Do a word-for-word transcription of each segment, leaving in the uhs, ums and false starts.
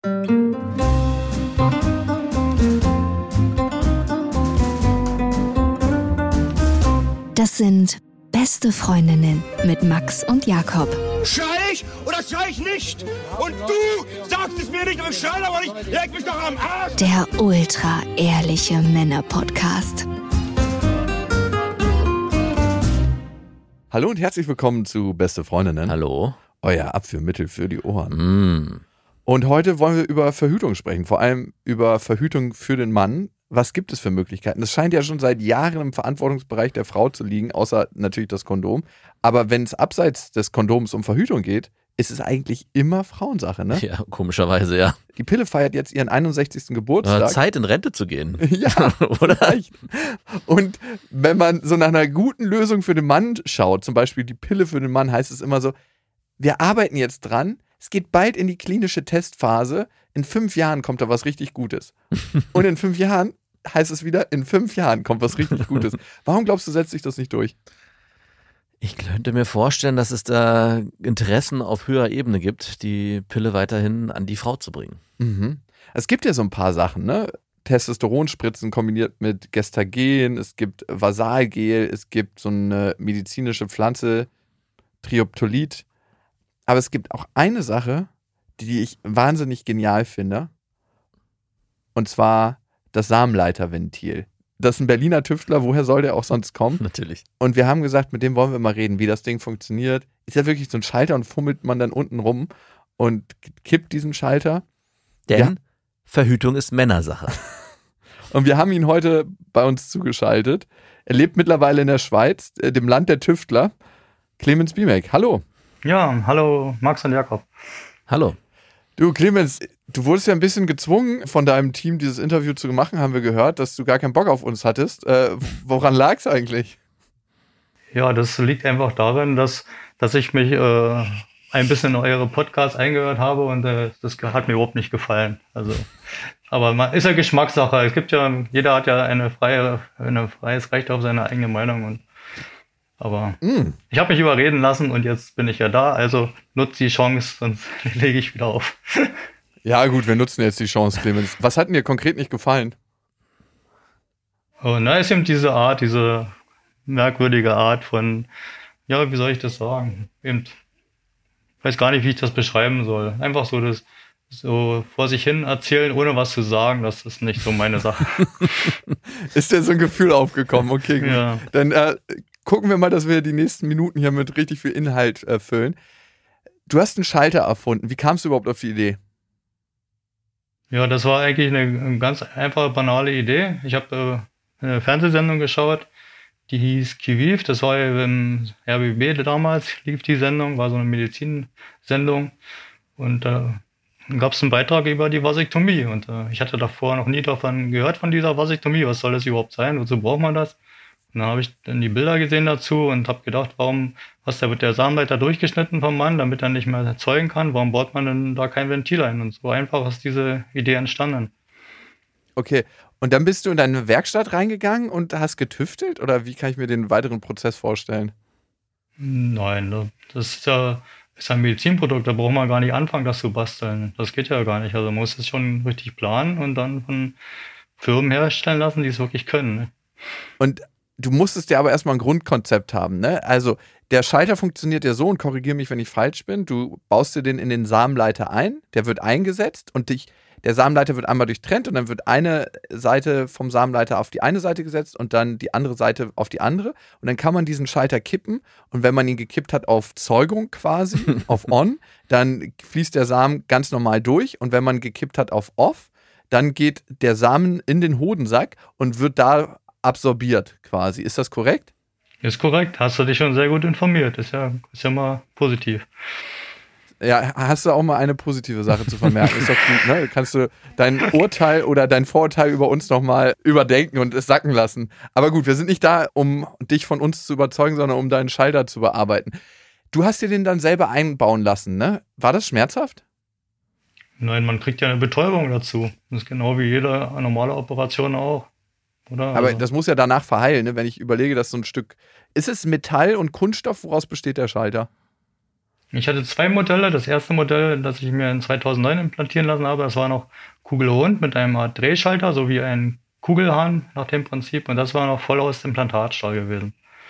Das sind Beste Freundinnen mit Max und Jakob. Schrei ich oder schrei ich nicht? Und du sagst es mir nicht, aber ich schrei aber nicht. Leg mich doch am Arsch. Der ultra-ehrliche Männer-Podcast. Hallo und herzlich willkommen zu Beste Freundinnen. Hallo. Euer Abführmittel für die Ohren. Mm. Und heute wollen wir über Verhütung sprechen, vor allem über Verhütung für den Mann. Was gibt es für Möglichkeiten? Das scheint ja schon seit Jahren im Verantwortungsbereich der Frau zu liegen, außer natürlich das Kondom. Aber wenn es abseits des Kondoms um Verhütung geht, ist es eigentlich immer Frauensache, ne? Ja, komischerweise, ja. Die Pille feiert jetzt ihren einundsechzigsten Geburtstag. Ja, Zeit, in Rente zu gehen. Ja, oder? Vielleicht. Und wenn man so nach einer guten Lösung für den Mann schaut, zum Beispiel die Pille für den Mann, heißt es immer so, wir arbeiten jetzt dran, es geht bald in die klinische Testphase, in fünf Jahren kommt da was richtig Gutes. Und in fünf Jahren heißt es wieder, in fünf Jahren kommt was richtig Gutes. Warum glaubst du, setzt sich das nicht durch? Ich könnte mir vorstellen, dass es da Interessen auf höherer Ebene gibt, die Pille weiterhin an die Frau zu bringen. Mhm. Es gibt ja so ein paar Sachen, ne? Testosteronspritzen kombiniert mit Gestagen, es gibt Vasalgel, es gibt so eine medizinische Pflanze, Trioptolit. Aber es gibt auch eine Sache, die ich wahnsinnig genial finde. Und zwar das Samenleiterventil. Das ist ein Berliner Tüftler, woher soll der auch sonst kommen? Natürlich. Und wir haben gesagt, mit dem wollen wir mal reden, wie das Ding funktioniert. Ist ja wirklich so ein Schalter und fummelt man dann unten rum und kippt diesen Schalter. Denn ja. Verhütung ist Männersache. Und wir haben ihn heute bei uns zugeschaltet. Er lebt mittlerweile in der Schweiz, äh, dem Land der Tüftler. Clemens Biemek, hallo. Ja, hallo Max und Jakob. Hallo. Du Clemens, du wurdest ja ein bisschen gezwungen von deinem Team, dieses Interview zu machen, haben wir gehört, dass du gar keinen Bock auf uns hattest. Äh, woran lag es eigentlich? Ja, das liegt einfach daran, dass, dass ich mich äh, ein bisschen in eure Podcasts eingehört habe und äh, das hat mir überhaupt nicht gefallen. Also, aber man, ist ja Geschmackssache. Es gibt ja, jeder hat ja eine freie, ein freies Recht auf seine eigene Meinung. Und, aber mm. ich habe mich überreden lassen und jetzt bin ich ja da. Also nutze die Chance, sonst lege ich wieder auf. Ja gut, wir nutzen jetzt die Chance, Clemens. Was hat denn dir konkret nicht gefallen? Oh, na, ist eben diese Art, diese merkwürdige Art von, ja, wie soll ich das sagen? Eben, ich weiß gar nicht, wie ich das beschreiben soll. Einfach so das so vor sich hin erzählen, ohne was zu sagen, das ist nicht so meine Sache. Ist dir so ein Gefühl aufgekommen? Okay, gut. Ja. Dann äh, gucken wir mal, dass wir die nächsten Minuten hier mit richtig viel Inhalt äh, füllen. Du hast einen Schalter erfunden. Wie kamst du überhaupt auf die Idee? Ja, das war eigentlich eine ganz einfache, banale Idee. Ich habe äh, eine Fernsehsendung geschaut, die hieß Kiviv. Das war ja im R B B damals, lief die Sendung, war so eine Medizinsendung. Und da äh, gab es einen Beitrag über die Vasektomie. Und äh, ich hatte davor noch nie davon gehört, von dieser Vasektomie. Was soll das überhaupt sein? Wozu braucht man das? Und dann habe ich dann die Bilder gesehen dazu und habe gedacht, warum, was, da wird der Samenleiter durchgeschnitten vom Mann, damit er nicht mehr zeugen kann. Warum baut man denn da kein Ventil ein? Und so einfach ist diese Idee entstanden. Okay, und dann bist du in deine Werkstatt reingegangen und hast getüftelt? Oder wie kann ich mir den weiteren Prozess vorstellen? Nein, das ist ja, ist ein Medizinprodukt, da braucht man gar nicht anfangen, das zu basteln. Das geht ja gar nicht. Also man muss es schon richtig planen und dann von Firmen herstellen lassen, die es wirklich können. Ne? Und du musstest ja aber erstmal ein Grundkonzept haben, ne? Also der Schalter funktioniert ja so, und korrigiere mich, wenn ich falsch bin, du baust dir den in den Samenleiter ein, der wird eingesetzt und dich, der Samenleiter wird einmal durchtrennt und dann wird eine Seite vom Samenleiter auf die eine Seite gesetzt und dann die andere Seite auf die andere und dann kann man diesen Schalter kippen und wenn man ihn gekippt hat auf Zeugung quasi, auf On, dann fließt der Samen ganz normal durch und wenn man gekippt hat auf Off, dann geht der Samen in den Hodensack und wird da absorbiert quasi. Ist das korrekt? Ist korrekt. Hast du dich schon sehr gut informiert. Ist ja, ist ja mal positiv. Ja, hast du auch mal eine positive Sache zu vermerken. Ist doch gut, ne? Kannst du dein Urteil oder dein Vorurteil über uns nochmal überdenken und es sacken lassen. Aber gut, wir sind nicht da, um dich von uns zu überzeugen, sondern um deinen Schalter zu bearbeiten. Du hast dir den dann selber einbauen lassen, ne? War das schmerzhaft? Nein, man kriegt ja eine Betäubung dazu. Das ist genau wie jede normale Operation auch. Oder? Aber also, das muss ja danach verheilen, ne? Wenn ich überlege, dass so ein Stück... Ist es Metall und Kunststoff? Woraus besteht der Schalter? Ich hatte zwei Modelle. Das erste Modell, das ich mir in zweitausendneun implantieren lassen habe, das war noch kugelrund mit einem Art Drehschalter, so wie ein Kugelhahn nach dem Prinzip. Und das war noch voll aus Implantatstahl gewesen.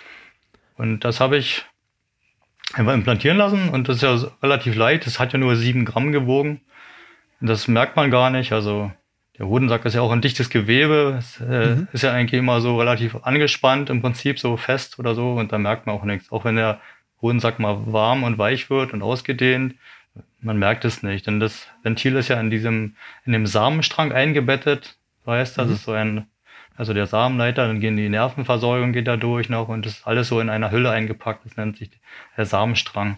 Und das habe ich einfach implantieren lassen. Und das ist ja relativ leicht. Das hat ja nur sieben Gramm gewogen. Und das merkt man gar nicht. Also der Hodensack ist ja auch ein dichtes Gewebe. Es äh, mhm. ist ja eigentlich immer so relativ angespannt, im Prinzip so fest oder so. Und da merkt man auch nichts. Auch wenn der Hodensack mal warm und weich wird und ausgedehnt, man merkt es nicht. Denn das Ventil ist ja in diesem, in dem Samenstrang eingebettet. So heißt das, mhm. ist so ein, also der Samenleiter, dann gehen die Nervenversorgung geht da durch noch und das ist alles so in einer Hülle eingepackt. Das nennt sich der Samenstrang.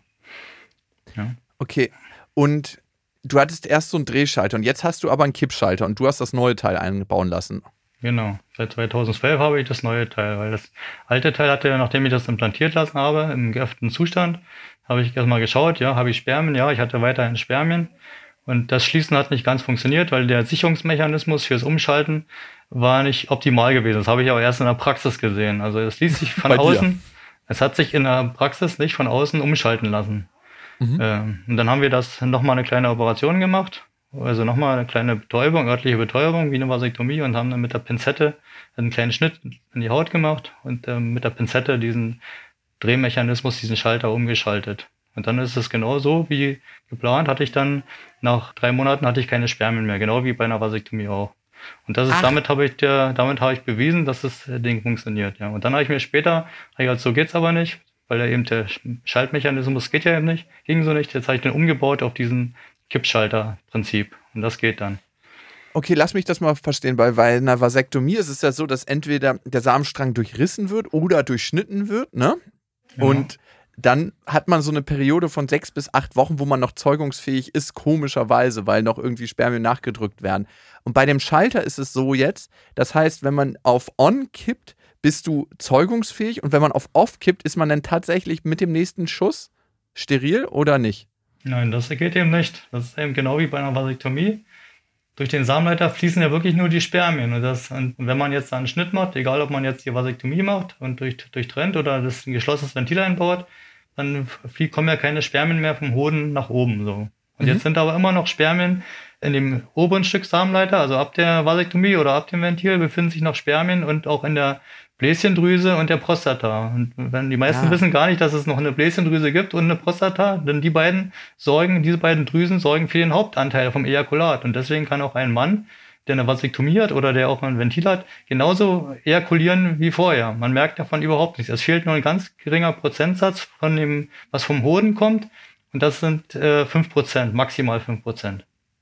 Ja. Okay. Und du hattest erst so einen Drehschalter und jetzt hast du aber einen Kippschalter und du hast das neue Teil einbauen lassen. Genau. Seit zweitausendzwölf habe ich das neue Teil, weil das alte Teil hatte, nachdem ich das implantiert lassen habe, im geöffneten Zustand, habe ich erstmal geschaut, ja, habe ich Spermien? Ja, ich hatte weiterhin Spermien. Und das Schließen hat nicht ganz funktioniert, weil der Sicherungsmechanismus fürs Umschalten war nicht optimal gewesen. Das habe ich aber erst in der Praxis gesehen. Also es ließ sich von außen, es hat sich in der Praxis nicht von außen umschalten lassen. Mhm. Ähm, und dann haben wir das nochmal eine kleine Operation gemacht. Also nochmal eine kleine Betäubung, örtliche Betäubung, wie eine Vasektomie und haben dann mit der Pinzette einen kleinen Schnitt in die Haut gemacht und ähm, mit der Pinzette diesen Drehmechanismus, diesen Schalter umgeschaltet. Und dann ist es genau so wie geplant, hatte ich dann, nach drei Monaten hatte ich keine Spermien mehr, genau wie bei einer Vasektomie auch. Und das ist, Ach. damit habe ich der, damit habe ich bewiesen, dass das Ding funktioniert, ja. Und dann habe ich mir später, habe ich gesagt, so geht's aber nicht, weil da eben der Schaltmechanismus geht ja eben nicht, ging so nicht. Jetzt habe ich den umgebaut auf diesen Kippschalter-Prinzip. Und das geht dann. Okay, lass mich das mal verstehen, weil bei einer Vasektomie ist es ja so, dass entweder der Samenstrang durchrissen wird oder durchschnitten wird, ne? Ja. Und dann hat man so eine Periode von sechs bis acht Wochen, wo man noch zeugungsfähig ist, komischerweise, weil noch irgendwie Spermien nachgedrückt werden. Und bei dem Schalter ist es so jetzt, das heißt, wenn man auf On kippt, bist du zeugungsfähig und wenn man auf Off kippt, ist man dann tatsächlich mit dem nächsten Schuss steril oder nicht? Nein, das geht eben nicht. Das ist eben genau wie bei einer Vasektomie. Durch den Samenleiter fließen ja wirklich nur die Spermien. Und, das, und wenn man jetzt einen Schnitt macht, egal ob man jetzt die Vasektomie macht und durch, durchtrennt oder das ein geschlossenes Ventil einbaut, dann flie- kommen ja keine Spermien mehr vom Hoden nach oben. So. Und mhm. jetzt sind aber immer noch Spermien in dem oberen Stück Samenleiter, also ab der Vasektomie oder ab dem Ventil befinden sich noch Spermien und auch in der Bläschendrüse und der Prostata. Und wenn die meisten ja. wissen gar nicht, dass es noch eine Bläschendrüse gibt und eine Prostata, denn die beiden sorgen, diese beiden Drüsen sorgen für den Hauptanteil vom Ejakulat. Und deswegen kann auch ein Mann, der eine Vasektomie hat oder der auch ein Ventil hat, genauso ejakulieren wie vorher. Man merkt davon überhaupt nichts. Es fehlt nur ein ganz geringer Prozentsatz von dem, was vom Hoden kommt. Und das sind äh, fünf Prozent, maximal fünf Prozent.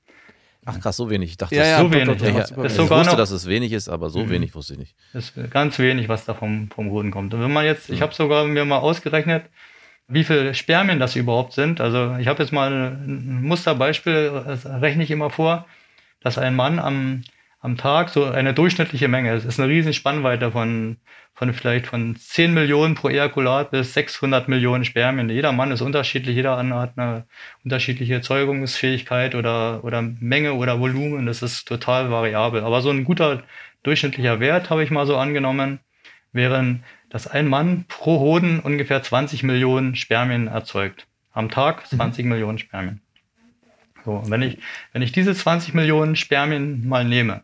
Ach krass, so wenig. Ich dachte, ja, das ja, so doch, wenig. doch, doch, Ja, doch, ja. doch, Ich sogar wusste, noch, dass es wenig ist, aber so mhm. wenig wusste ich nicht. Das ist ganz wenig, was da vom, vom Hoden kommt. Und wenn man jetzt, mhm. ich habe sogar mir mal ausgerechnet, wie viele Spermien das überhaupt sind. Also ich habe jetzt mal ein Musterbeispiel, das rechne ich immer vor, dass ein Mann am, am Tag so eine durchschnittliche Menge, es ist eine riesen Spannweite von, von vielleicht von zehn Millionen pro Ejakulat bis sechshundert Millionen Spermien. Jeder Mann ist unterschiedlich, jeder hat eine unterschiedliche Zeugungsfähigkeit oder, oder Menge oder Volumen, das ist total variabel. Aber so ein guter durchschnittlicher Wert, habe ich mal so angenommen, wären, dass ein Mann pro Hoden ungefähr zwanzig Millionen Spermien erzeugt. Am Tag zwanzig mhm. Millionen Spermien. So, wenn ich, wenn ich diese zwanzig Millionen Spermien mal nehme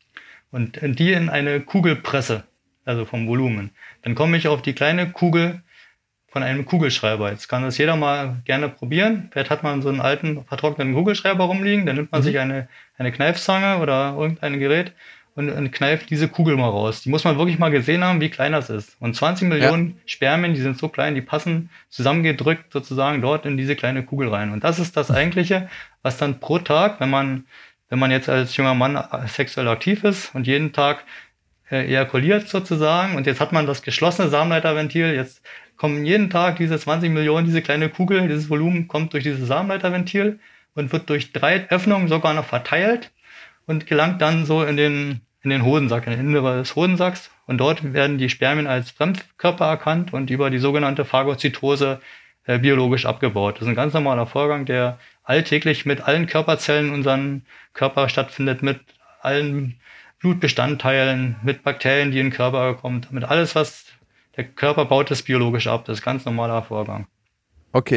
und die in eine Kugel presse, also vom Volumen, dann komme ich auf die kleine Kugel von einem Kugelschreiber. Jetzt kann das jeder mal gerne probieren. Vielleicht hat man so einen alten, vertrockneten Kugelschreiber rumliegen, dann nimmt man mhm. sich eine, eine Kneifzange oder irgendein Gerät und, und kneift diese Kugel mal raus. Die muss man wirklich mal gesehen haben, wie klein das ist. Und zwanzig Millionen ja. Spermien, die sind so klein, die passen zusammengedrückt sozusagen dort in diese kleine Kugel rein. Und das ist das Eigentliche, was dann pro Tag, wenn man, wenn man jetzt als junger Mann sexuell aktiv ist und jeden Tag äh, ejakuliert sozusagen, und jetzt hat man das geschlossene Samenleiterventil, jetzt kommen jeden Tag diese zwanzig Millionen, diese kleine Kugel, dieses Volumen kommt durch dieses Samenleiterventil und wird durch drei Öffnungen sogar noch verteilt und gelangt dann so in den, in den Hodensack, in den Innere des Hodensacks. Und dort werden die Spermien als Fremdkörper erkannt und über die sogenannte Phagozytose äh, biologisch abgebaut. Das ist ein ganz normaler Vorgang, der alltäglich mit allen Körperzellen in unserem Körper stattfindet, mit allen Blutbestandteilen, mit Bakterien, die in den Körper kommen, mit alles, was der Körper baut, das biologisch ab. Das ist ein ganz normaler Vorgang. Okay.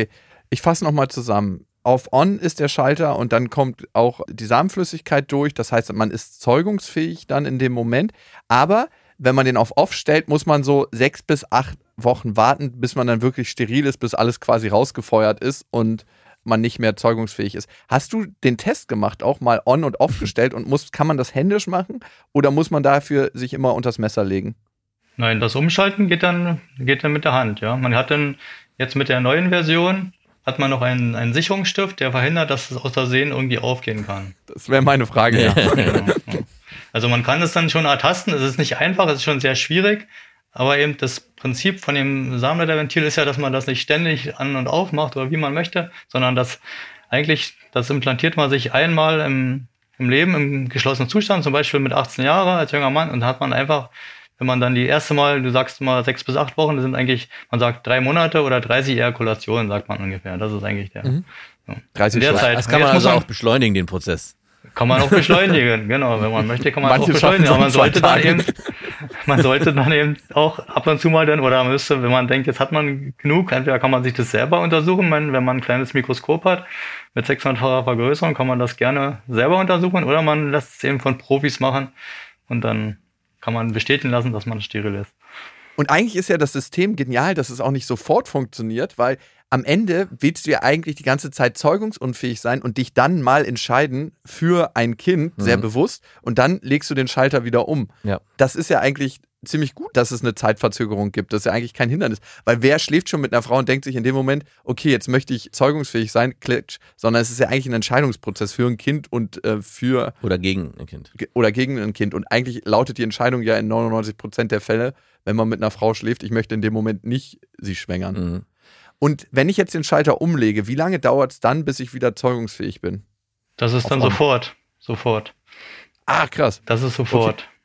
Ich fasse nochmal zusammen. Auf On ist der Schalter und dann kommt auch die Samenflüssigkeit durch. Das heißt, man ist zeugungsfähig dann in dem Moment. Aber wenn man den auf Off stellt, muss man so sechs bis acht Wochen warten, bis man dann wirklich steril ist, bis alles quasi rausgefeuert ist und man nicht mehr zeugungsfähig ist. Hast du den Test gemacht, auch mal On und Off gestellt und muss, kann man das händisch machen oder muss man dafür sich immer unters Messer legen? Nein, das Umschalten geht dann, geht dann mit der Hand, ja. Man hat dann jetzt mit der neuen Version hat man noch einen, einen Sicherungsstift, der verhindert, dass es aus Versehen irgendwie aufgehen kann. Das wäre meine Frage, ja. Genau, ja. Also man kann es dann schon ertasten, es ist nicht einfach, es ist schon sehr schwierig, aber eben das Prinzip von dem Samenleiterventil ist ja, dass man das nicht ständig an- und aufmacht oder wie man möchte, sondern dass eigentlich, das implantiert man sich einmal im, im Leben, im geschlossenen Zustand, zum Beispiel mit achtzehn Jahren als junger Mann, und hat man einfach, wenn man dann die erste Mal, du sagst mal sechs bis acht Wochen, das sind eigentlich, man sagt drei Monate oder dreißig Ejakulationen, sagt man ungefähr. Das ist eigentlich der. Mhm. So. dreißig der Zeit. Das kann man also auch beschleunigen, den Prozess. Kann man auch beschleunigen, genau. Wenn man möchte, kann man Manche auch beschleunigen. Aber man sollte dann Tage. eben, man sollte dann eben auch ab und zu mal dann, oder man müsste, wenn man denkt, jetzt hat man genug, entweder kann man sich das selber untersuchen, wenn man ein kleines Mikroskop hat, mit sechshundertfacher Vergrößerung kann man das gerne selber untersuchen, oder man lässt es eben von Profis machen und dann kann man bestätigen lassen, dass man steril ist. Und eigentlich ist ja das System genial, dass es auch nicht sofort funktioniert, weil am Ende willst du ja eigentlich die ganze Zeit zeugungsunfähig sein und dich dann mal entscheiden für ein Kind, mhm. sehr bewusst, und dann legst du den Schalter wieder um. Ja. Das ist ja eigentlich ziemlich gut, dass es eine Zeitverzögerung gibt. Das ist ja eigentlich kein Hindernis. Weil wer schläft schon mit einer Frau und denkt sich in dem Moment, okay, jetzt möchte ich zeugungsfähig sein, klitsch, sondern es ist ja eigentlich ein Entscheidungsprozess für ein Kind und äh, für... Oder gegen ein Kind. Oder gegen ein Kind. Und eigentlich lautet die Entscheidung ja in neunundneunzig Prozent der Fälle, wenn man mit einer Frau schläft, ich möchte in dem Moment nicht sie schwängern. Mhm. Und wenn ich jetzt den Schalter umlege, wie lange dauert es dann, bis ich wieder zeugungsfähig bin? Das ist Auf dann On. sofort. Sofort. Ah, krass. Das ist sofort. Okay.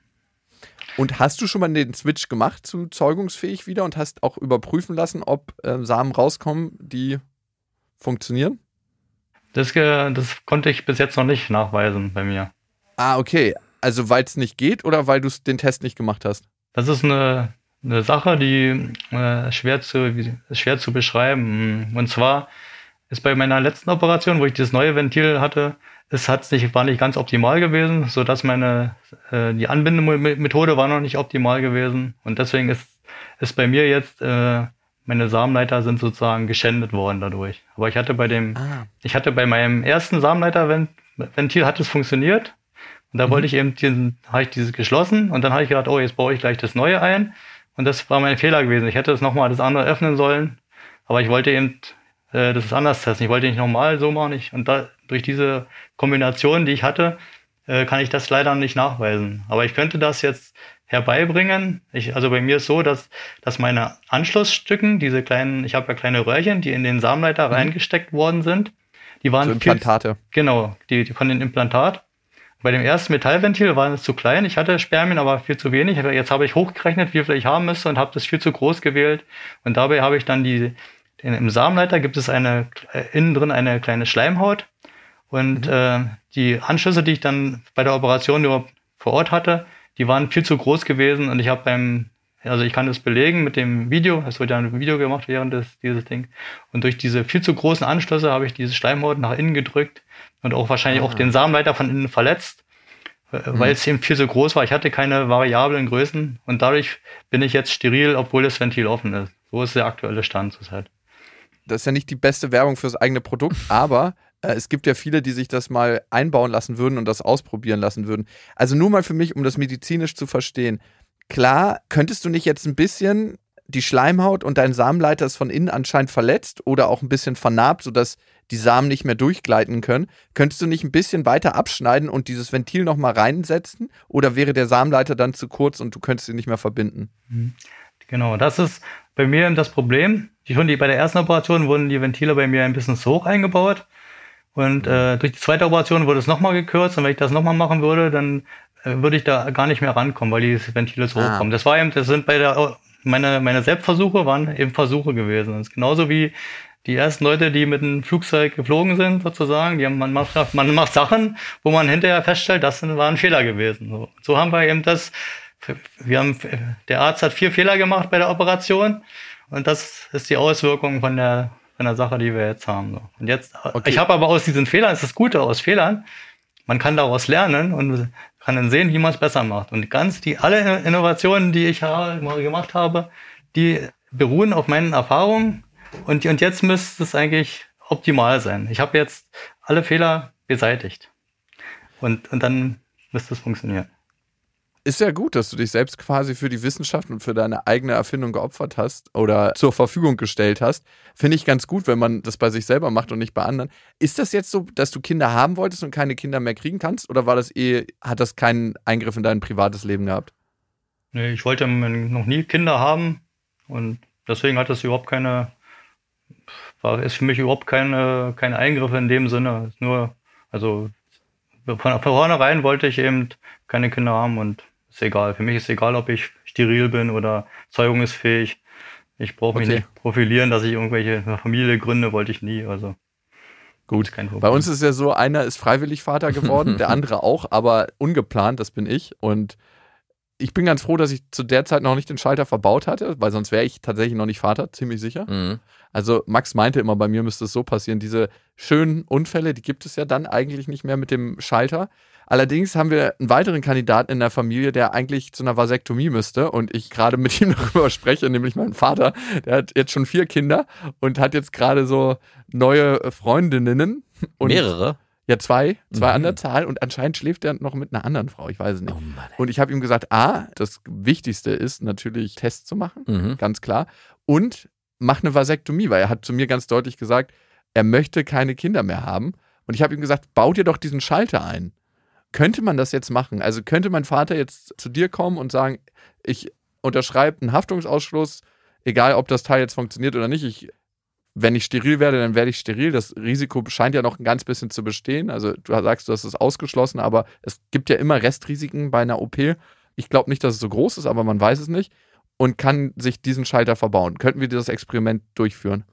Und hast du schon mal den Switch gemacht zu zeugungsfähig wieder und hast auch überprüfen lassen, ob äh, Samen rauskommen, die funktionieren? Das, das konnte ich bis jetzt noch nicht nachweisen bei mir. Ah, okay. Also weil es nicht geht oder weil du den Test nicht gemacht hast? Das ist eine, eine Sache, die äh, schwer, zu, wie, schwer zu beschreiben. Und zwar ist bei meiner letzten Operation, wo ich dieses neue Ventil hatte, es hat's nicht, war nicht ganz optimal gewesen, sodass meine äh, die Anbindemethode war noch nicht optimal gewesen. Und deswegen ist, ist bei mir jetzt, äh, meine Samenleiter sind sozusagen geschändet worden dadurch. Aber ich hatte bei dem, ah. ich hatte bei meinem ersten Samenleiterventil hat es funktioniert. Und da mhm. wollte ich eben diesen, habe ich dieses geschlossen und dann habe ich gedacht, oh, jetzt baue ich gleich das neue ein. Und das war mein Fehler gewesen. Ich hätte das nochmal das andere öffnen sollen, aber ich wollte eben äh, das anders testen. Ich wollte nicht nochmal so machen. Ich, und da, durch diese Kombination, die ich hatte, äh, kann ich das leider nicht nachweisen. Aber ich könnte das jetzt herbeibringen. Ich, also bei mir ist so, dass, dass meine Anschlussstücken, diese kleinen, ich habe ja kleine Röhrchen, die in den Samenleiter mhm. reingesteckt worden sind, die waren so Implantate. Viel, genau, die, die von den Implantat. Bei dem ersten Metallventil waren es zu klein. Ich hatte Spermien, aber viel zu wenig. Jetzt habe ich hochgerechnet, wie viel ich haben müsste und habe das viel zu groß gewählt. Und dabei habe ich dann die, im Samenleiter gibt es eine, äh, innen drin eine kleine Schleimhaut. Und mhm. äh, die Anschlüsse, die ich dann bei der Operation nur vor Ort hatte, die waren viel zu groß gewesen. Und ich habe beim, also ich kann das belegen mit dem Video, es wurde ja ein Video gemacht während des, dieses Ding. Und durch diese viel zu großen Anschlüsse habe ich diese Schleimhaut nach innen gedrückt. Und auch wahrscheinlich ah. auch den Samenleiter von innen verletzt, mhm. weil es eben viel zu groß war. Ich hatte keine variablen Größen und dadurch bin ich jetzt steril, obwohl das Ventil offen ist. So ist der aktuelle Stand zurzeit. Das ist ja nicht die beste Werbung fürs eigene Produkt, aber äh, es gibt ja viele, die sich das mal einbauen lassen würden und das ausprobieren lassen würden. Also nur mal für mich, um das medizinisch zu verstehen. Klar, könntest du nicht jetzt ein bisschen die Schleimhaut und dein Samenleiter ist von innen anscheinend verletzt oder auch ein bisschen vernarbt, sodass die Samen nicht mehr durchgleiten können. Könntest du nicht ein bisschen weiter abschneiden und dieses Ventil nochmal reinsetzen? Oder wäre der Samenleiter dann zu kurz und du könntest ihn nicht mehr verbinden? Genau, das ist bei mir das Problem. Schon die, bei der ersten Operation wurden die Ventile bei mir ein bisschen zu hoch eingebaut. Und äh, durch die zweite Operation wurde es nochmal gekürzt. Und wenn ich das nochmal machen würde, dann äh, würde ich da gar nicht mehr rankommen, weil die Ventile zu ah. hoch kommen. Das war eben, das sind bei der, meine, meine Selbstversuche waren eben Versuche gewesen. Das ist genauso wie die ersten Leute, die mit einem Flugzeug geflogen sind, sozusagen, die haben, man macht, man macht Sachen, wo man hinterher feststellt, das war ein Fehler gewesen. So, so haben wir eben das, wir haben, der Arzt hat vier Fehler gemacht bei der Operation und das ist die Auswirkung von der, von der Sache, die wir jetzt haben. So. Und jetzt, Okay. ich habe aber aus diesen Fehlern, das ist das Gute aus Fehlern, man kann daraus lernen und kann dann sehen, wie man es besser macht. Und ganz die, alle Innovationen, die ich ha- gemacht habe, die beruhen auf meinen Erfahrungen und, und jetzt müsste es eigentlich optimal sein. Ich habe jetzt alle Fehler beseitigt und, und dann müsste es funktionieren. Ist ja gut, dass du dich selbst quasi für die Wissenschaft und für deine eigene Erfindung geopfert hast oder zur Verfügung gestellt hast. Finde ich ganz gut, wenn man das bei sich selber macht und nicht bei anderen. Ist das jetzt so, dass du Kinder haben wolltest und keine Kinder mehr kriegen kannst? Oder war das eh, hat das keinen Eingriff in dein privates Leben gehabt? Nee, ich wollte noch nie Kinder haben und deswegen hat es überhaupt keine, war ist für mich überhaupt keine, keine Eingriffe in dem Sinne. Es ist nur, also von vornherein wollte ich eben keine Kinder haben und ist egal. Für mich ist egal, ob ich steril bin oder zeugungsfähig. Ich brauche mich Okay. nicht profilieren, dass ich irgendwelche Familie gründe, wollte ich nie. Also Gut. ist kein Problem. Bei uns ist ja so, einer ist freiwillig Vater geworden, der andere auch, aber ungeplant, das bin ich. Und ich bin ganz froh, dass ich zu der Zeit noch nicht den Schalter verbaut hatte, weil sonst wäre ich tatsächlich noch nicht Vater, ziemlich sicher. Mhm. Also Max meinte immer, bei mir müsste es so passieren, diese schönen Unfälle, die gibt es ja dann eigentlich nicht mehr mit dem Schalter. Allerdings haben wir einen weiteren Kandidaten in der Familie, der eigentlich zu einer Vasektomie müsste und ich gerade mit ihm darüber spreche, nämlich mein Vater, der hat jetzt schon vier Kinder und hat jetzt gerade so neue Freundinnen. Und Mehrere? Ja, zwei, zwei Mhm. an der Zahl und anscheinend schläft er noch mit einer anderen Frau, ich weiß es nicht. Oh Mann. ey. Und ich habe ihm gesagt, A, das Wichtigste ist natürlich Tests zu machen, Mhm. ganz klar, und mach eine Vasektomie, weil er hat zu mir ganz deutlich gesagt, er möchte keine Kinder mehr haben. Und ich habe ihm gesagt, bau dir doch diesen Schalter ein. Könnte man das jetzt machen? Also könnte mein Vater jetzt zu dir kommen und sagen, ich unterschreibe einen Haftungsausschluss, egal ob das Teil jetzt funktioniert oder nicht, ich, wenn ich steril werde, dann werde ich steril. Das Risiko scheint ja noch ein ganz bisschen zu bestehen. Also du sagst, du hast es ausgeschlossen, aber es gibt ja immer Restrisiken bei einer O P. Ich glaube nicht, dass es so groß ist, aber man weiß es nicht. Und kann sich diesen Schalter verbauen. Könnten wir dieses Experiment durchführen?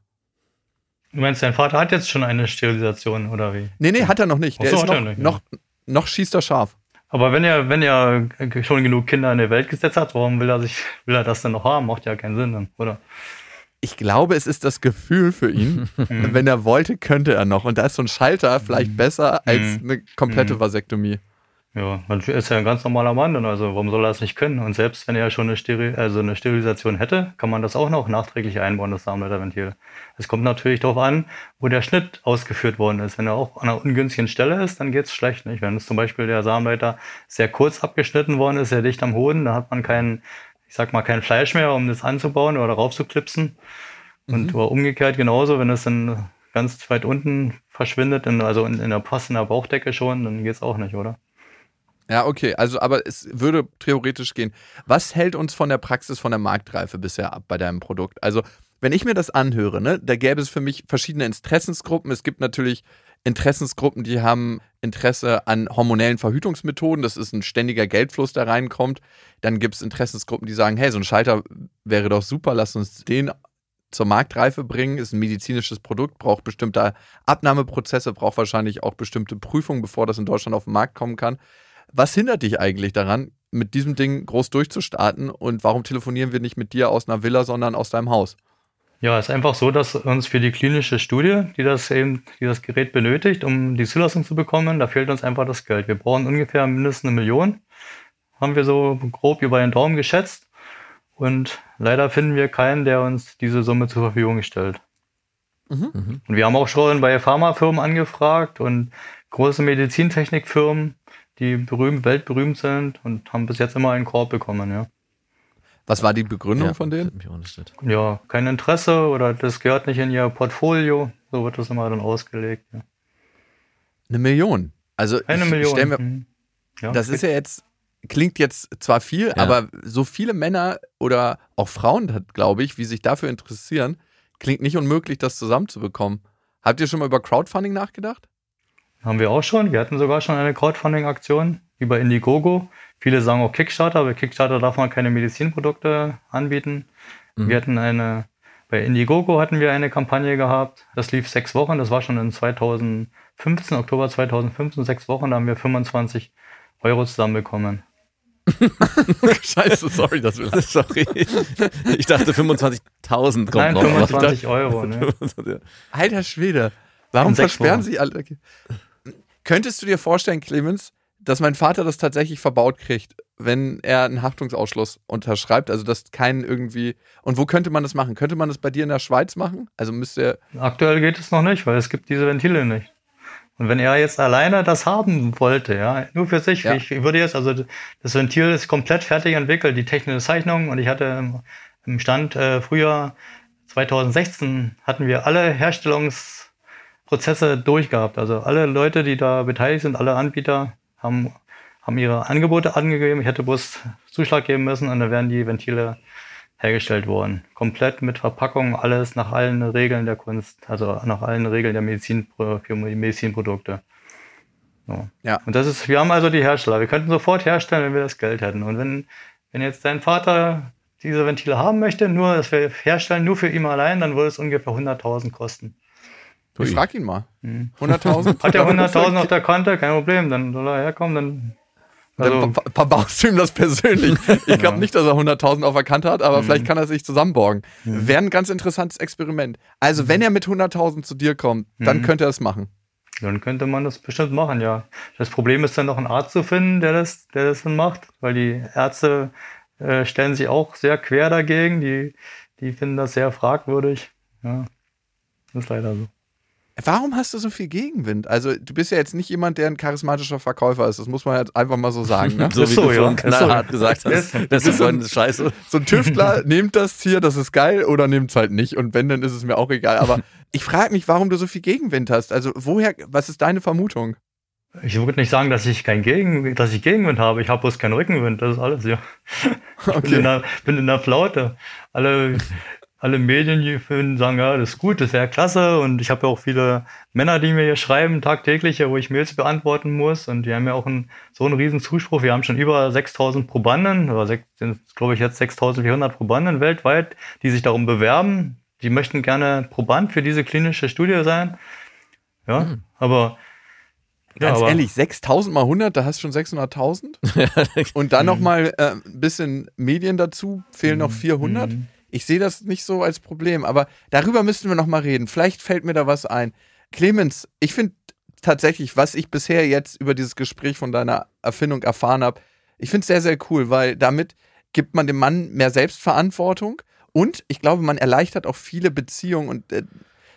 Du meinst, dein Vater hat jetzt schon eine Sterilisation oder wie? Nee, nee, hat er noch nicht. Der Ach so, ist hat er noch, nicht, noch, noch schießt er scharf. Aber wenn er, wenn er schon genug Kinder in der Welt gesetzt hat, warum will er sich, will er das denn noch haben? Macht ja keinen Sinn, dann, oder? Ich glaube, es ist das Gefühl für ihn. Mhm. Wenn er wollte, könnte er noch. Und da ist so ein Schalter vielleicht besser als Mhm. eine komplette Mhm. Vasektomie. Ja, man ist ja ein ganz normaler Mann, dann also warum soll er das nicht können? Und selbst wenn er schon eine, Steril also eine Sterilisation hätte, kann man das auch noch nachträglich einbauen, das Samenleiterventil. Es kommt natürlich darauf an, wo der Schnitt ausgeführt worden ist. Wenn er auch an einer ungünstigen Stelle ist, dann geht's schlecht. Nicht? Wenn es zum Beispiel der Samenleiter sehr kurz abgeschnitten worden ist, sehr dicht am Hoden, dann hat man kein, ich sag mal, kein Fleisch mehr, um das anzubauen oder raufzuklipsen. Und oder umgekehrt genauso, wenn es dann ganz weit unten verschwindet, in, also in, in der Pass, in der Bauchdecke schon, dann geht's auch nicht, oder? Ja, okay. Also, aber es würde theoretisch gehen. Was hält uns von der Praxis, von der Marktreife bisher ab bei deinem Produkt? Also, wenn ich mir das anhöre, ne, da gäbe es für mich verschiedene Interessensgruppen. Es gibt natürlich Interessensgruppen, die haben Interesse an hormonellen Verhütungsmethoden. Das ist ein ständiger Geldfluss, der reinkommt. Dann gibt es Interessensgruppen, die sagen, hey, so ein Schalter wäre doch super, lass uns den zur Marktreife bringen. Ist ein medizinisches Produkt, braucht bestimmte Abnahmeprozesse, braucht wahrscheinlich auch bestimmte Prüfungen, bevor das in Deutschland auf den Markt kommen kann. Was hindert dich eigentlich daran, mit diesem Ding groß durchzustarten und warum telefonieren wir nicht mit dir aus einer Villa, sondern aus deinem Haus? Ja, es ist einfach so, dass uns für die klinische Studie, die das eben, die das Gerät benötigt, um die Zulassung zu bekommen, da fehlt uns einfach das Geld. Wir brauchen ungefähr mindestens eine Million, haben wir so grob über den Daumen geschätzt. Und leider finden wir keinen, der uns diese Summe zur Verfügung stellt. Mhm. Und wir haben auch schon bei Pharmafirmen angefragt und große Medizintechnikfirmen, die berühmt, weltberühmt sind und haben bis jetzt immer einen Korb bekommen, ja. Was war die Begründung Ja, von das denen? hat mich auch interessiert. Ja, kein Interesse oder das gehört nicht in ihr Portfolio. So wird das immer dann ausgelegt. Ja. Eine Million. Also Eine ich Million. stell mir, Mhm. Ja, das ist ja jetzt, klingt jetzt zwar viel, Ja. aber so viele Männer oder auch Frauen, glaube ich, wie sich dafür interessieren, klingt nicht unmöglich, das zusammenzubekommen. Habt ihr schon mal über Crowdfunding nachgedacht? haben wir auch schon. Wir hatten sogar schon eine Crowdfunding-Aktion über Indiegogo. Viele sagen auch Kickstarter. Bei Kickstarter darf man keine Medizinprodukte anbieten. Mhm. Wir hatten eine, bei Indiegogo hatten wir eine Kampagne gehabt. Das lief sechs Wochen. Das war schon in zweitausendfünfzehn, Oktober zweitausendfünfzehn, sechs Wochen. Da haben wir fünfundzwanzig Euro zusammenbekommen. Scheiße, sorry, das will Sorry. Ich dachte fünfundzwanzigtausend kommt Nein, noch. fünfundzwanzig Euro. Ne? Alter Schwede, warum In sechs versperren Wochen. sie alle? Könntest du dir vorstellen, Clemens, dass mein Vater das tatsächlich verbaut kriegt, wenn er einen Haftungsausschluss unterschreibt? Also, dass keinen irgendwie. Und wo könnte man das machen? Könnte man das bei dir in der Schweiz machen? Also müsste er. Aktuell geht es noch nicht, weil es gibt diese Ventile nicht. Und wenn er jetzt alleine das haben wollte, ja, nur für sich, Ja. ich würde jetzt, also das Ventil ist komplett fertig entwickelt, die technische Zeichnung, und ich hatte im, im Stand äh, Frühjahr zweitausendsechzehn hatten wir alle Herstellungsprozesse durchgehabt. Also alle Leute, die da beteiligt sind, alle Anbieter haben, haben ihre Angebote angegeben. Ich hätte bloß Zuschlag geben müssen und dann wären die Ventile hergestellt worden. Komplett mit Verpackung, alles nach allen Regeln der Kunst, also nach allen Regeln der Medizin für Medizinprodukte. So. Ja. Und das ist, wir haben also die Hersteller. Wir könnten sofort herstellen, wenn wir das Geld hätten. Und wenn, wenn jetzt dein Vater diese Ventile haben möchte, nur, dass wir herstellen, nur für ihn allein, dann würde es ungefähr hunderttausend kosten. Ich frag ihn mal. Hm. hunderttausend? Hat er hunderttausend auf der Konto? Kein Problem, dann soll er herkommen, dann. Also, Dann ver- verbaust du ihm das persönlich. Ich glaube nicht, dass er hunderttausend auf der Kante hat, aber vielleicht kann er sich zusammenborgen. Wäre ein ganz interessantes Experiment. Also wenn er mit hunderttausend zu dir kommt, dann Mhm. könnte er es machen. Dann könnte man das bestimmt machen, ja. Das Problem ist dann noch einen Arzt zu finden, der das, der das dann macht, weil die Ärzte äh, stellen sich auch sehr quer dagegen. Die, die finden das sehr fragwürdig. Ja, das ist leider so. Warum hast du so viel Gegenwind? Also du bist ja jetzt nicht jemand, der ein charismatischer Verkäufer ist. Das muss man jetzt einfach mal so sagen. Ne? So Ist wie so, du ja. vorhin Ist knallhart so. gesagt hast. Ist- Das ist so eine Scheiße. So ein Tüftler, nehmt das hier, das ist geil, oder nehmt es halt nicht. Und wenn, dann ist es mir auch egal. Aber ich frage mich, warum du so viel Gegenwind hast. Also woher, was ist deine Vermutung? Ich würde nicht sagen, dass ich kein Gegen, dass ich Gegenwind habe. Ich habe bloß keinen Rückenwind. Das ist alles, ja. Ich bin, in der, bin in der Flaute. Alle, alle Medien die finden, sagen, ja, das ist gut, das wäre klasse. Und ich habe ja auch viele Männer, die mir hier schreiben, tagtäglich, wo ich Mails beantworten muss. Und die haben ja auch einen, so einen riesen Zuspruch. Wir haben schon über sechstausend Probanden, oder sechs- sind, glaube ich, jetzt sechstausendvierhundert Probanden weltweit, die sich darum bewerben. Die möchten gerne Proband für diese klinische Studie sein. Ja, Hm. aber Ganz aber- ehrlich, sechstausend mal hundert, da hast du schon sechshunderttausend. Und dann nochmal äh, ein bisschen Medien dazu, fehlen noch vierhundert. Mhm. Ich sehe das nicht so als Problem, aber darüber müssten wir nochmal reden. Vielleicht fällt mir da was ein. Clemens, ich finde tatsächlich, was ich bisher jetzt über dieses Gespräch von deiner Erfindung erfahren habe, ich finde es sehr, sehr cool, weil damit gibt man dem Mann mehr Selbstverantwortung und ich glaube, man erleichtert auch viele Beziehungen und äh,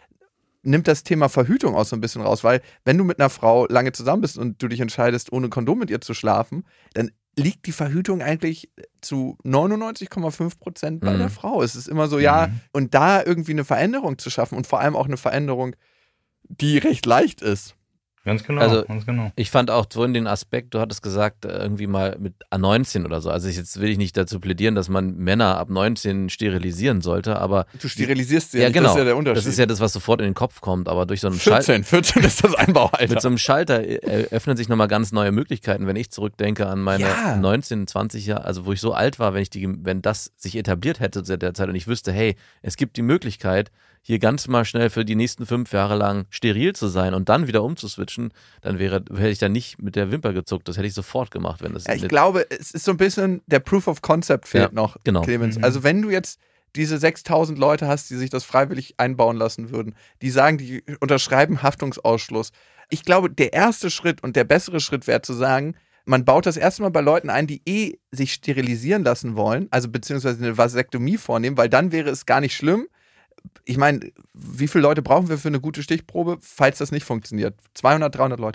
nimmt das Thema Verhütung auch so ein bisschen raus, weil wenn du mit einer Frau lange zusammen bist und du dich entscheidest, ohne Kondom mit ihr zu schlafen, dann liegt die Verhütung eigentlich zu neunundneunzig Komma fünf Prozent bei Mhm. der Frau. Es ist immer so, ja, Mhm. und da irgendwie eine Veränderung zu schaffen und vor allem auch eine Veränderung, die recht leicht ist. Ganz genau, Also- ganz genau. Ich fand auch vorhin den Aspekt, du hattest gesagt, irgendwie mal mit neunzehn oder so. Also ich, jetzt will ich nicht dazu plädieren, dass man Männer ab neunzehn sterilisieren sollte, aber Du sterilisierst sie ja, ja, nicht, genau. das ist ja der Unterschied. Das ist ja das, was sofort in den Kopf kommt, aber durch so einen Schalter. vierzehn, vierzehn ist das Einbaualter. Mit so einem Schalter eröffnen sich nochmal ganz neue Möglichkeiten. Wenn ich zurückdenke an meine Ja. neunzehn, zwanzig Jahre, also wo ich so alt war, wenn ich die, wenn das sich etabliert hätte zu der Zeit und ich wüsste, hey, es gibt die Möglichkeit, hier ganz mal schnell für die nächsten fünf Jahre lang steril zu sein und dann wieder umzuswitchen, dann wäre, hätte ich da nicht mit der Wimper zuckt. Das hätte ich sofort gemacht, wenn das. Ja, ich glaube, es ist so ein bisschen, der Proof of Concept fehlt Ja, noch, genau. Clemens. Mhm. Also wenn du jetzt diese sechstausend Leute hast, die sich das freiwillig einbauen lassen würden, die sagen, die unterschreiben Haftungsausschluss. Ich glaube, der erste Schritt und der bessere Schritt wäre zu sagen, man baut das erstmal bei Leuten ein, die eh sich sterilisieren lassen wollen, also beziehungsweise eine Vasektomie vornehmen, weil dann wäre es gar nicht schlimm. Ich meine, wie viele Leute brauchen wir für eine gute Stichprobe, falls das nicht funktioniert? zweihundert, dreihundert Leute.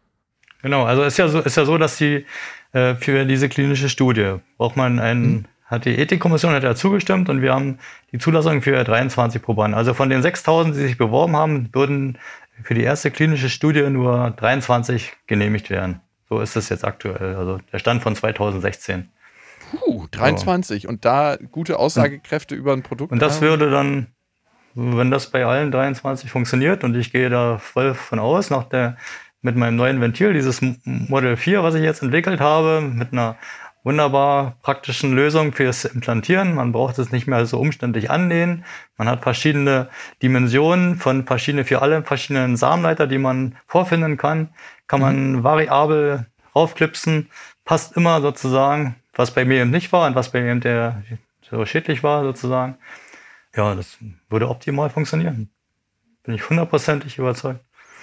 Genau, also ist ja so, ist ja so, dass die äh, für diese klinische Studie braucht man einen, hat die Ethikkommission hat ja zugestimmt und wir haben die Zulassung für dreiundzwanzig Probanden. Also von den sechstausend, die sich beworben haben, würden für die erste klinische Studie nur dreiundzwanzig genehmigt werden. So ist es jetzt aktuell, also der Stand von zweitausendsechzehn. Puh, dreiundzwanzig. Und da gute Aussagekräfte über ein Produkt. Und das haben. würde dann, wenn das bei allen dreiundzwanzig funktioniert, und ich gehe da voll von aus, nach der, mit meinem neuen Ventil, dieses Model vier, was ich jetzt entwickelt habe, mit einer wunderbar praktischen Lösung fürs Implantieren. Man braucht es nicht mehr so umständlich annähen. Man hat verschiedene Dimensionen von verschiedenen, für alle verschiedenen Samenleiter, die man vorfinden kann. Kann man variabel raufklipsen. Passt immer sozusagen was bei mir eben nicht war und was bei mir eben der so schädlich war sozusagen. Ja, das würde optimal funktionieren. Bin ich hundertprozentig überzeugt.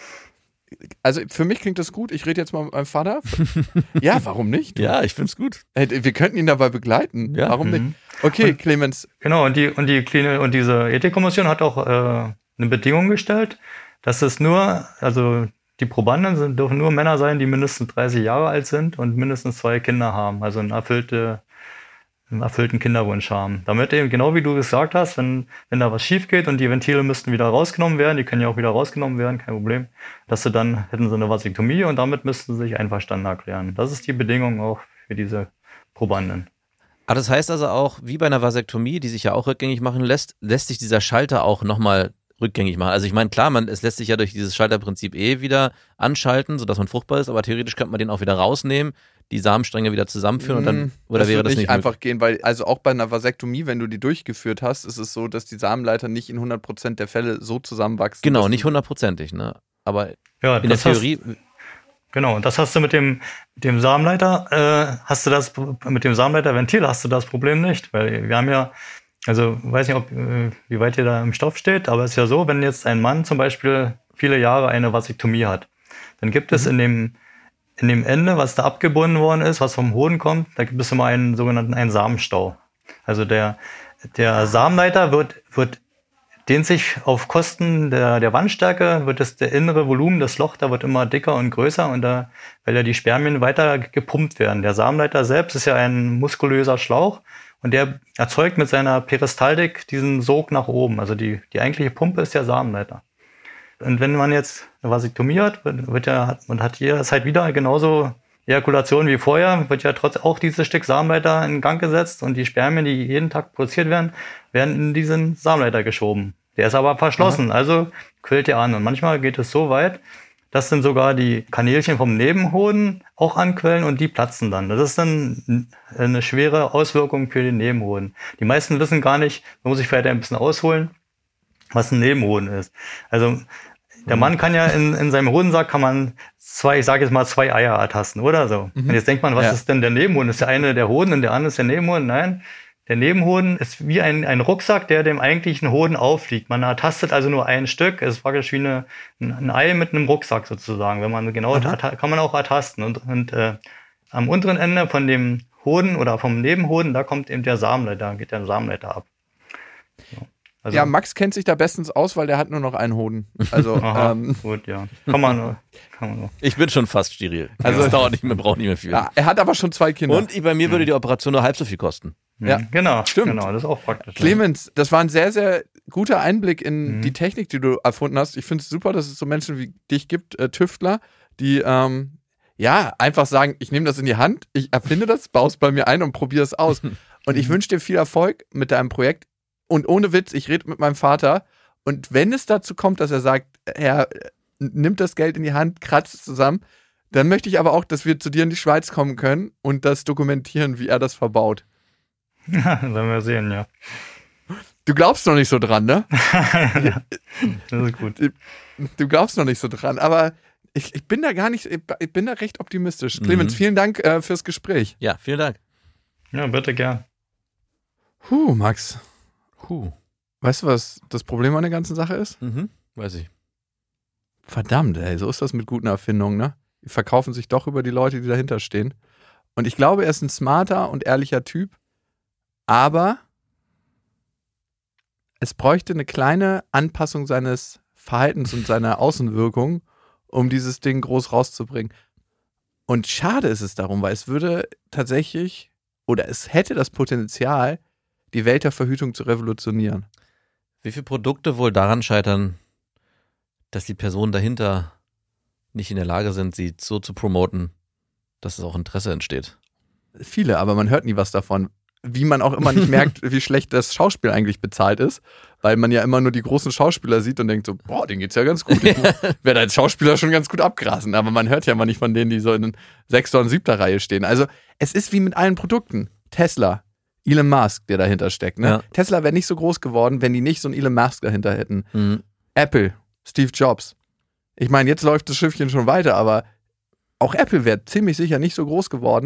Also für mich klingt das gut. Ich rede jetzt mal mit meinem Vater. Ja, warum nicht? Ja, ich finde es gut. Wir könnten ihn dabei begleiten. Ja. Warum Mhm. nicht? Okay, Und- Clemens. Genau, und die, und die Klinik und diese Ethikkommission hat auch äh, eine Bedingung gestellt, dass es nur, also die Probanden sind, dürfen nur Männer sein, die mindestens dreißig Jahre alt sind und mindestens zwei Kinder haben, also einen, erfüllte, einen erfüllten Kinderwunsch haben. Damit eben, genau wie du gesagt hast, wenn, wenn da was schief geht und die Ventile müssten wieder rausgenommen werden, die können ja auch wieder rausgenommen werden, kein Problem, dass sie dann, hätten sie eine Vasektomie und damit müssten sie sich einverstanden erklären. Das ist die Bedingung auch für diese Probanden. Aber das heißt also auch, wie bei einer Vasektomie, die sich ja auch rückgängig machen lässt, lässt sich dieser Schalter auch nochmal rückgängig machen. Also ich meine, klar, man, es lässt sich ja durch dieses Schalterprinzip eh wieder anschalten, sodass man fruchtbar ist, aber theoretisch könnte man den auch wieder rausnehmen, die Samenstränge wieder zusammenführen und dann, oder das wäre wird das nicht nicht einfach möglich? gehen, weil also auch bei einer Vasektomie, wenn du die durchgeführt hast, ist es so, dass die Samenleiter nicht in hundert Prozent der Fälle so zusammenwachsen. Genau, dass nicht du- hundertprozentig, ne? Aber Ja, in der das hast- Theorie, Genau, und das hast du mit dem, mit dem Samenleiter, äh, hast du das, mit dem Samenleiterventil hast du das Problem nicht, weil wir haben ja, also, weiß nicht, ob, äh, wie weit ihr da im Stoff steht, aber es ist ja so, wenn jetzt ein Mann zum Beispiel viele Jahre eine Vasektomie hat, dann gibt es in dem, in dem Ende, was da abgebunden worden ist, was vom Hoden kommt, da gibt es immer einen sogenannten, einen Samenstau. Also der, der Samenleiter wird, wird dehnt sich auf Kosten der, der Wandstärke, wird das der innere Volumen, das Loch, da wird immer dicker und größer und da, weil ja die Spermien weiter gepumpt werden. Der Samenleiter selbst ist ja ein muskulöser Schlauch und der erzeugt mit seiner Peristaltik diesen Sog nach oben. Also die, die eigentliche Pumpe ist der Samenleiter. Und wenn man jetzt eine Vasektomie hat, wird, wird ja, man hat jederzeit wieder genauso Ejakulation wie vorher, wird ja trotz auch dieses Stück Samenleiter in Gang gesetzt und die Spermien, die jeden Tag produziert werden, werden in diesen Samenleiter geschoben. Der ist aber verschlossen, also quillt er an. Und manchmal geht es so weit, dass dann sogar die Kanälchen vom Nebenhoden auch anquellen und die platzen dann. Das ist dann eine schwere Auswirkung für den Nebenhoden. Die meisten wissen gar nicht, man muss sich vielleicht ein bisschen ausholen, was ein Nebenhoden ist. Also der Mann kann ja in, in seinem Hodensack kann man zwei, ich sage jetzt mal zwei Eier ertasten, oder so. Und jetzt denkt man, was Ja. ist denn der Nebenhoden? Ist der eine der Hoden und der andere ist der Nebenhoden? Nein. Der Nebenhoden ist wie ein, ein Rucksack, der dem eigentlichen Hoden aufliegt. Man ertastet also nur ein Stück. Es ist praktisch wie eine, ein Ei mit einem Rucksack sozusagen. Wenn man genau erta- kann man auch ertasten. Und, und äh, am unteren Ende von dem Hoden oder vom Nebenhoden, da kommt eben der Samenleiter, da geht der Samenleiter ab. So. Also, Ja, Max kennt sich da bestens aus, weil der hat nur noch einen Hoden. Also, aha, ähm, gut, ja. Kann man nur. Kann man nur. ich bin schon fast steril. Also Also- es dauert nicht mehr, braucht nicht mehr viel. ja, er hat aber schon zwei Kinder. Und bei mir würde die Operation nur halb so viel kosten. Ja, Mhm, genau, stimmt. genau, das ist auch praktisch. Clemens, das war ein sehr, sehr guter Einblick in Mhm. die Technik, die du erfunden hast. Ich finde es super, dass es so Menschen wie dich gibt, äh, Tüftler, die ähm, ja einfach sagen, ich nehme das in die Hand, ich erfinde das, baue es bei mir ein und probiere es aus. Und ich wünsche dir viel Erfolg mit deinem Projekt. Und ohne Witz, ich rede mit meinem Vater und wenn es dazu kommt, dass er sagt, er nimmt das Geld in die Hand, kratzt es zusammen, dann möchte ich aber auch, dass wir zu dir in die Schweiz kommen können und das dokumentieren, wie er das verbaut. Werden wir sehen, ja. Du glaubst noch nicht so dran, ne? Ja, das ist gut. Du glaubst noch nicht so dran, aber ich, ich bin da gar nicht, ich bin da recht optimistisch. Mhm. Clemens, vielen Dank äh, fürs Gespräch. Ja, vielen Dank. Ja, bitte gern. Puh, Max, Puh. weißt du, was das Problem an der ganzen Sache ist? Mhm. Weiß ich. Verdammt, ey, so ist das mit guten Erfindungen, ne? Die verkaufen sich doch über die Leute, die dahinter stehen. Und ich glaube, er ist ein smarter und ehrlicher Typ, aber es bräuchte eine kleine Anpassung seines Verhaltens und seiner Außenwirkung, um dieses Ding groß rauszubringen. Und schade ist es darum, weil es würde tatsächlich, oder es hätte das Potenzial, die Welt der Verhütung zu revolutionieren. Wie viele Produkte wohl daran scheitern, dass die Personen dahinter nicht in der Lage sind, sie so zu promoten, dass es auch Interesse entsteht? Viele, aber man hört nie was davon. Wie man auch immer nicht merkt, wie schlecht das Schauspiel eigentlich bezahlt ist, weil man ja immer nur die großen Schauspieler sieht und denkt so, boah, denen geht's ja ganz gut. Ich werde als Schauspieler schon ganz gut abgrasen, aber man hört ja immer nicht von denen, die so in sechster und siebter Reihe stehen. Also es ist wie mit allen Produkten. Tesla, Elon Musk, der dahinter steckt. Ne? Ja. Tesla wäre nicht so groß geworden, wenn die nicht so einen Elon Musk dahinter hätten. Mhm. Apple, Steve Jobs. Ich meine, jetzt läuft das Schiffchen schon weiter, aber auch Apple wäre ziemlich sicher nicht so groß geworden,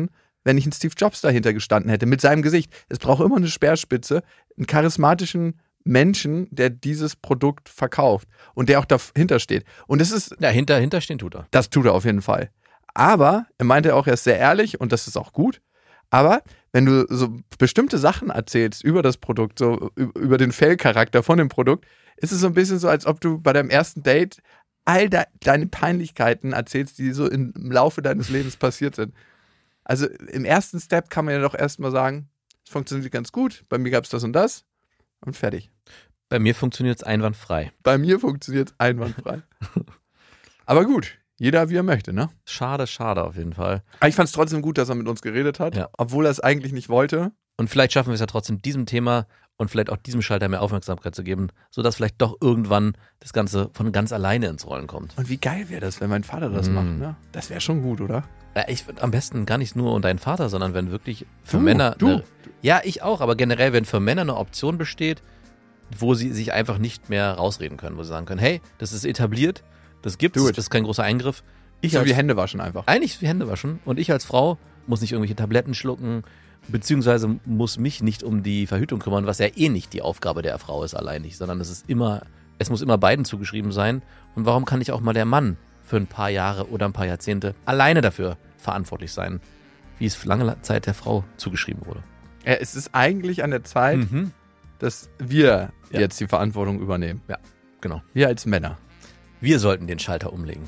wenn nicht ein Steve Jobs dahinter gestanden hätte, mit seinem Gesicht. Es braucht immer eine Speerspitze, einen charismatischen Menschen, der dieses Produkt verkauft und der auch dahinter steht. Und das ist... Ja, hinter, hinterstehen tut er. Das tut er auf jeden Fall. Aber er meinte auch, er ist sehr ehrlich und das ist auch gut. Aber wenn du so bestimmte Sachen erzählst über das Produkt, so über den Fail-Charakter von dem Produkt, ist es so ein bisschen so, als ob du bei deinem ersten Date all de- deine Peinlichkeiten erzählst, die so im Laufe deines Lebens passiert sind. Also im ersten Step kann man ja doch erstmal sagen, es funktioniert ganz gut, bei mir gab es das und das und fertig. Bei mir funktioniert es einwandfrei. Bei mir funktioniert es einwandfrei. Aber gut, jeder wie er möchte, ne? Schade, schade auf jeden Fall. Aber ich fand es trotzdem gut, dass er mit uns geredet hat, Ja. obwohl er es eigentlich nicht wollte. Und vielleicht schaffen wir es ja trotzdem, diesem Thema und vielleicht auch diesem Schalter mehr Aufmerksamkeit zu geben, sodass vielleicht doch irgendwann das Ganze von ganz alleine ins Rollen kommt. Und wie geil wäre das, wenn mein Vater das Mm. macht, ne? Das wäre schon gut, oder? Ja, ich würde am besten gar nicht nur um deinen Vater, sondern wenn wirklich für Du, Männer. du. Eine, ja, ich auch, aber generell, wenn für Männer eine Option besteht, wo sie sich einfach nicht mehr rausreden können, wo sie sagen können, hey, das ist etabliert, das gibt's, Do das it. ist kein großer Eingriff. Ich So als, wie Hände waschen einfach. eigentlich wie Hände waschen und ich als Frau muss nicht irgendwelche Tabletten schlucken, beziehungsweise muss mich nicht um die Verhütung kümmern, was ja eh nicht die Aufgabe der Frau ist alleinig, sondern es ist immer, es muss immer beiden zugeschrieben sein. Und warum kann nicht auch mal der Mann für ein paar Jahre oder ein paar Jahrzehnte alleine dafür verantwortlich sein, wie es für lange Zeit der Frau zugeschrieben wurde? Ja, es ist eigentlich an der Zeit, Mhm. dass wir Ja. jetzt die Verantwortung übernehmen. Ja, genau. Wir als Männer. Wir sollten den Schalter umlegen.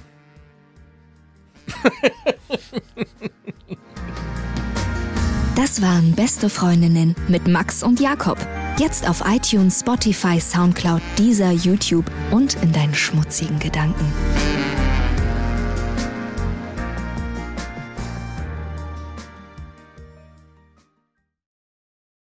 Das waren Beste Freundinnen mit Max und Jakob. Jetzt auf iTunes, Spotify, Soundcloud, Deezer, YouTube und in deinen schmutzigen Gedanken.